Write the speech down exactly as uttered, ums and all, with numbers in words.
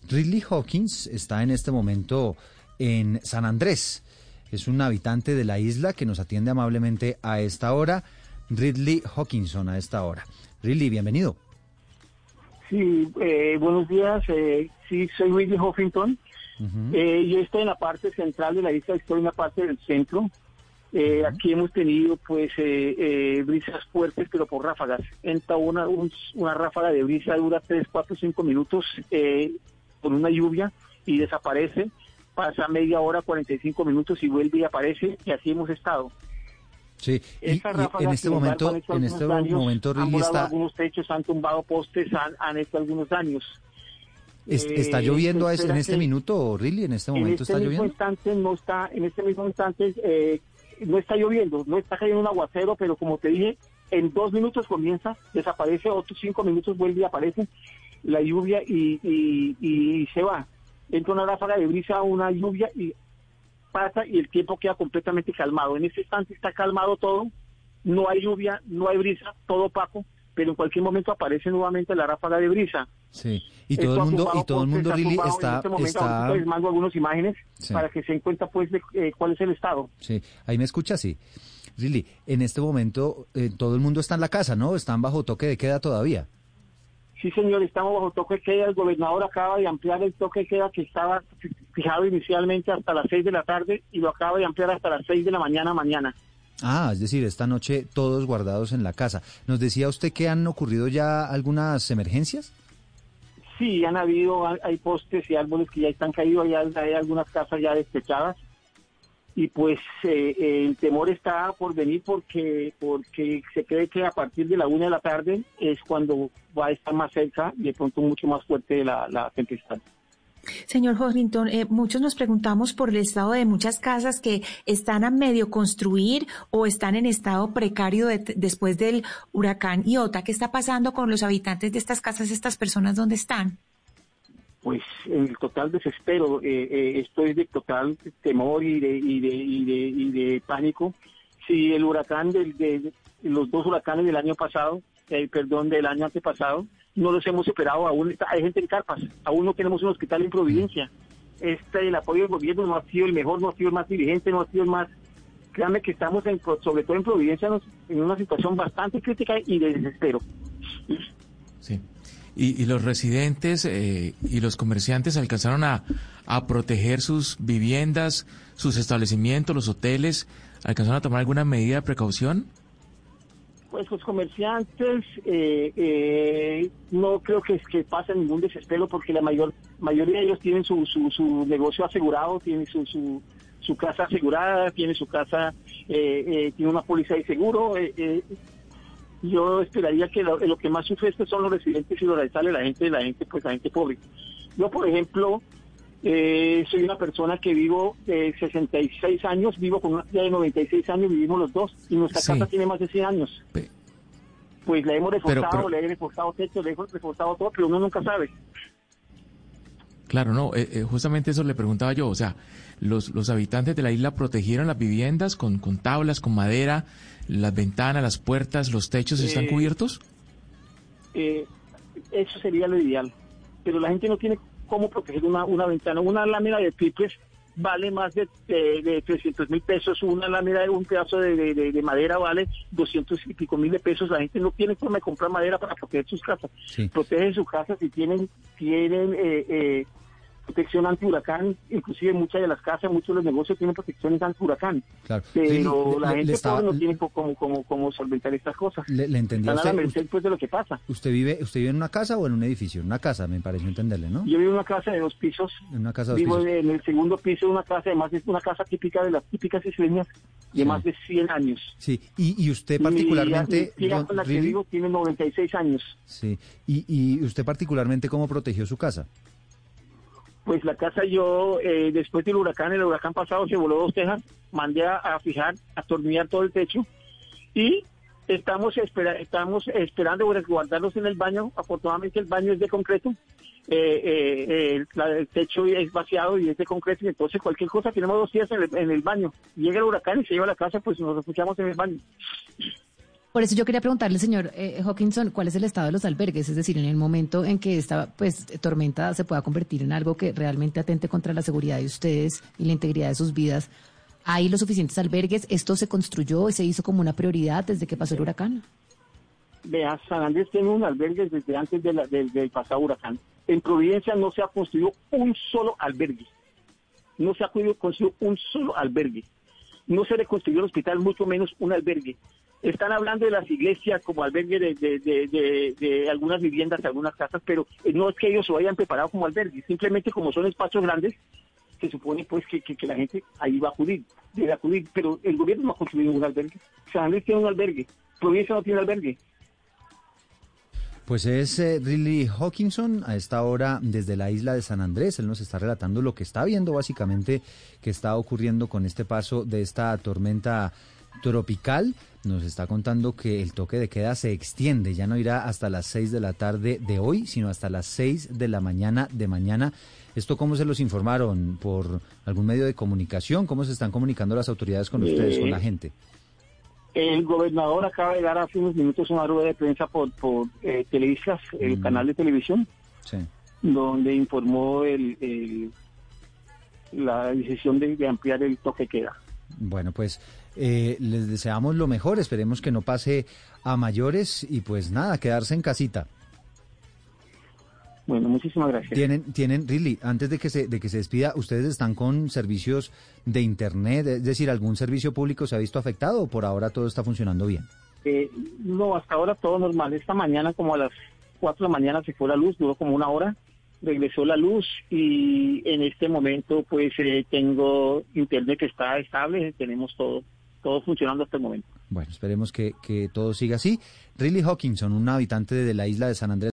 Ridley Hawkins está en este momento en San Andrés. Es un habitante de la isla que nos atiende amablemente a esta hora. Ridley Hawkinson a esta hora. Ridley, bienvenido. Sí, eh, buenos días. Eh, sí, soy Ridley Huffington. Uh-huh. eh, yo estoy en la parte central de la isla, estoy en la parte del centro. Eh, uh-huh. Aquí hemos tenido pues eh, eh, brisas fuertes, pero por ráfagas. Entra una, un, una ráfaga de brisa, dura tres, cuatro, cinco minutos eh, con una lluvia y desaparece. Pasa media hora, cuarenta y cinco minutos y vuelve y aparece, y así hemos estado. Sí, y, y en este momento, en este daños, momento, Ridley está... algunos techos, han tumbado postes, han, han hecho algunos daños. ¿Es, ¿Está lloviendo eh, en este minuto, Ridley? ¿En este momento en este está mismo lloviendo? Instante no está, en este mismo instante eh, no está lloviendo, no está cayendo un aguacero, pero como te dije, en dos minutos comienza, desaparece, otros cinco minutos vuelve y aparece la lluvia y, y, y se va. Entra una ráfaga de brisa, una lluvia y pasa y el tiempo queda completamente calmado. En este instante está calmado todo, no hay lluvia, no hay brisa, todo opaco, pero en cualquier momento aparece nuevamente la ráfaga de brisa. Sí, y todo el mundo, y todo el mundo, Ridley, está... En este momento, está... les mando algunas imágenes sí. para que se den cuenta pues de eh, cuál es el estado. Sí, ahí me escucha, sí. Ridley, en este momento eh, todo el mundo está en la casa, ¿no? Están bajo toque de queda todavía. Sí, señor, estamos bajo toque de queda. El gobernador acaba de ampliar el toque de queda que estaba fijado inicialmente hasta las seis de la tarde y lo acaba de ampliar hasta las seis de la mañana mañana. Ah, es decir, esta noche todos guardados en la casa. ¿Nos decía usted que han ocurrido ya algunas emergencias? Sí, han habido, hay postes y árboles que ya están caídos, hay, hay algunas casas ya despechadas. Y pues eh, el temor está por venir porque porque se cree que a partir de la una de la tarde es cuando va a estar más cerca y de pronto mucho más fuerte la, la tempestad. Señor Huffington, eh, muchos nos preguntamos por el estado de muchas casas que están a medio construir o están en estado precario de, después del huracán Iota. ¿Qué está pasando con los habitantes de estas casas, estas personas, dónde están? Pues en el total desespero, eh, eh, esto es de total temor y de y de y de, y de pánico. Si el huracán de, de, de los dos huracanes del año pasado, eh, perdón, del año antepasado, no los hemos superado, aún está, hay gente en carpas, aún no tenemos un hospital en Providencia. Este el apoyo del gobierno no ha sido el mejor, no ha sido el más diligente, no ha sido el más. Créanme que estamos en, sobre todo en Providencia en una situación bastante crítica y de desespero. Sí. Y, y los residentes eh, y los comerciantes alcanzaron a, a proteger sus viviendas, sus establecimientos, los hoteles. ¿Alcanzaron a tomar alguna medida de precaución? Pues los comerciantes eh, eh, no creo que, que pasen ningún desespero porque la mayor mayoría de ellos tienen su, su, su negocio asegurado, tienen su, su, su casa asegurada, tienen su casa, eh, eh, tiene una póliza de seguro. Eh, eh, Yo esperaría que lo, lo que más sufre esto son los residentes y los realizales, la gente, la gente, pues la gente pobre. Yo, por ejemplo, eh, soy una persona que vivo de sesenta y seis años, vivo con una tía de noventa y seis años, vivimos los dos, y nuestra sí. casa tiene más de cien años. Pe- pues le hemos reforzado, pero, pero... le hemos reforzado techo, le hemos reforzado todo, pero uno nunca sabe. Claro, no, eh, eh, justamente eso le preguntaba yo, o sea, los los habitantes de la isla protegieron las viviendas con, con tablas, con madera, las ventanas, las puertas, los techos eh, están cubiertos. Eh, eso sería lo ideal, pero la gente no tiene cómo proteger una, una ventana. Una lámina de triples vale más de, de, de trescientos mil pesos, una lámina de un pedazo de, de, de, de madera vale doscientos y pico mil de pesos. La gente no tiene forma de comprar madera para proteger sus casas. Sí. Protegen sus casas y tienen, tienen eh, eh, protección anti-huracán, inclusive muchas de las casas, muchos de los negocios tienen protecciones anti-huracán. Claro. Pero sí, la le, gente le estaba, pobre no tiene cómo, cómo, cómo solventar estas cosas. Le, le entendí. Están a la merced pues, de lo que pasa. ¿Usted vive usted vive en una casa o en un edificio? En una casa, me pareció entenderle, ¿no? Yo vivo en una casa de dos pisos. En una casa de dos vivo pisos. en el segundo piso de una casa, además es una casa típica de las típicas isleñas de sí. más de cien años. Sí, y, y usted particularmente... Mi tía con la que vivo tiene noventa y seis años. Sí, y, y usted particularmente, ¿cómo protegió su casa? Pues la casa yo, eh, después del huracán, el huracán pasado se voló dos tejas, mandé a, a fijar, a atornillar todo el techo y estamos, espera, estamos esperando resguardarlos en el baño. Afortunadamente el baño es de concreto, eh, eh, eh, la, el techo es vaciado y es de concreto y entonces cualquier cosa, tenemos dos días en el, en el baño. Llega el huracán y se lleva la casa, pues nos refugiamos en el baño. Por eso yo quería preguntarle, señor eh, Hawkinson, ¿cuál es el estado de los albergues? Es decir, en el momento en que esta pues tormenta se pueda convertir en algo que realmente atente contra la seguridad de ustedes y la integridad de sus vidas, ¿hay los suficientes albergues? ¿Esto se construyó y se hizo como una prioridad desde que pasó el huracán? Vea, San Andrés tiene un albergue desde antes de la, del, del pasado huracán. En Providencia no se ha construido un solo albergue. No se ha podido construir un solo albergue. No se reconstruyó el hospital, mucho menos un albergue. Están hablando de las iglesias como albergue de, de, de, de, de algunas viviendas, de algunas casas, pero no es que ellos se vayan preparados como albergue. Simplemente como son espacios grandes, se supone pues que, que, que la gente ahí va a acudir, debe acudir. Pero el gobierno no ha construido un albergue. San Andrés tiene un albergue. Providencia no tiene albergue. Pues es eh, Ridley Hawkinson a esta hora desde la isla de San Andrés. Él nos está relatando lo que está viendo básicamente que está ocurriendo con este paso de esta tormenta tropical. Nos está contando que el toque de queda se extiende, ya no irá hasta las seis de la tarde de hoy, sino hasta las seis de la mañana de mañana. ¿Esto cómo se los informaron? ¿Por algún medio de comunicación? ¿Cómo se están comunicando las autoridades con ustedes, con la gente? El gobernador acaba de dar hace unos minutos una rueda de prensa por, por eh, Televisas, el mm. canal de televisión, sí. donde informó el, el, la decisión de, de ampliar el toque de queda. Bueno, pues eh, les deseamos lo mejor, esperemos que no pase a mayores y pues nada, quedarse en casita. Bueno, muchísimas gracias. Tienen, tienen, Ridley, antes de que se, de que se despida, ¿ustedes están con servicios de internet? Es decir, ¿algún servicio público se ha visto afectado o por ahora todo está funcionando bien? Eh, no, hasta ahora todo normal. Esta mañana como a las cuatro de la mañana se fue la luz, duró como una hora, regresó la luz y en este momento pues eh, tengo internet que está estable, tenemos todo, todo funcionando hasta el momento. Bueno, esperemos que, que todo siga así. Ridley Hawkinson, un habitante de la isla de San Andrés.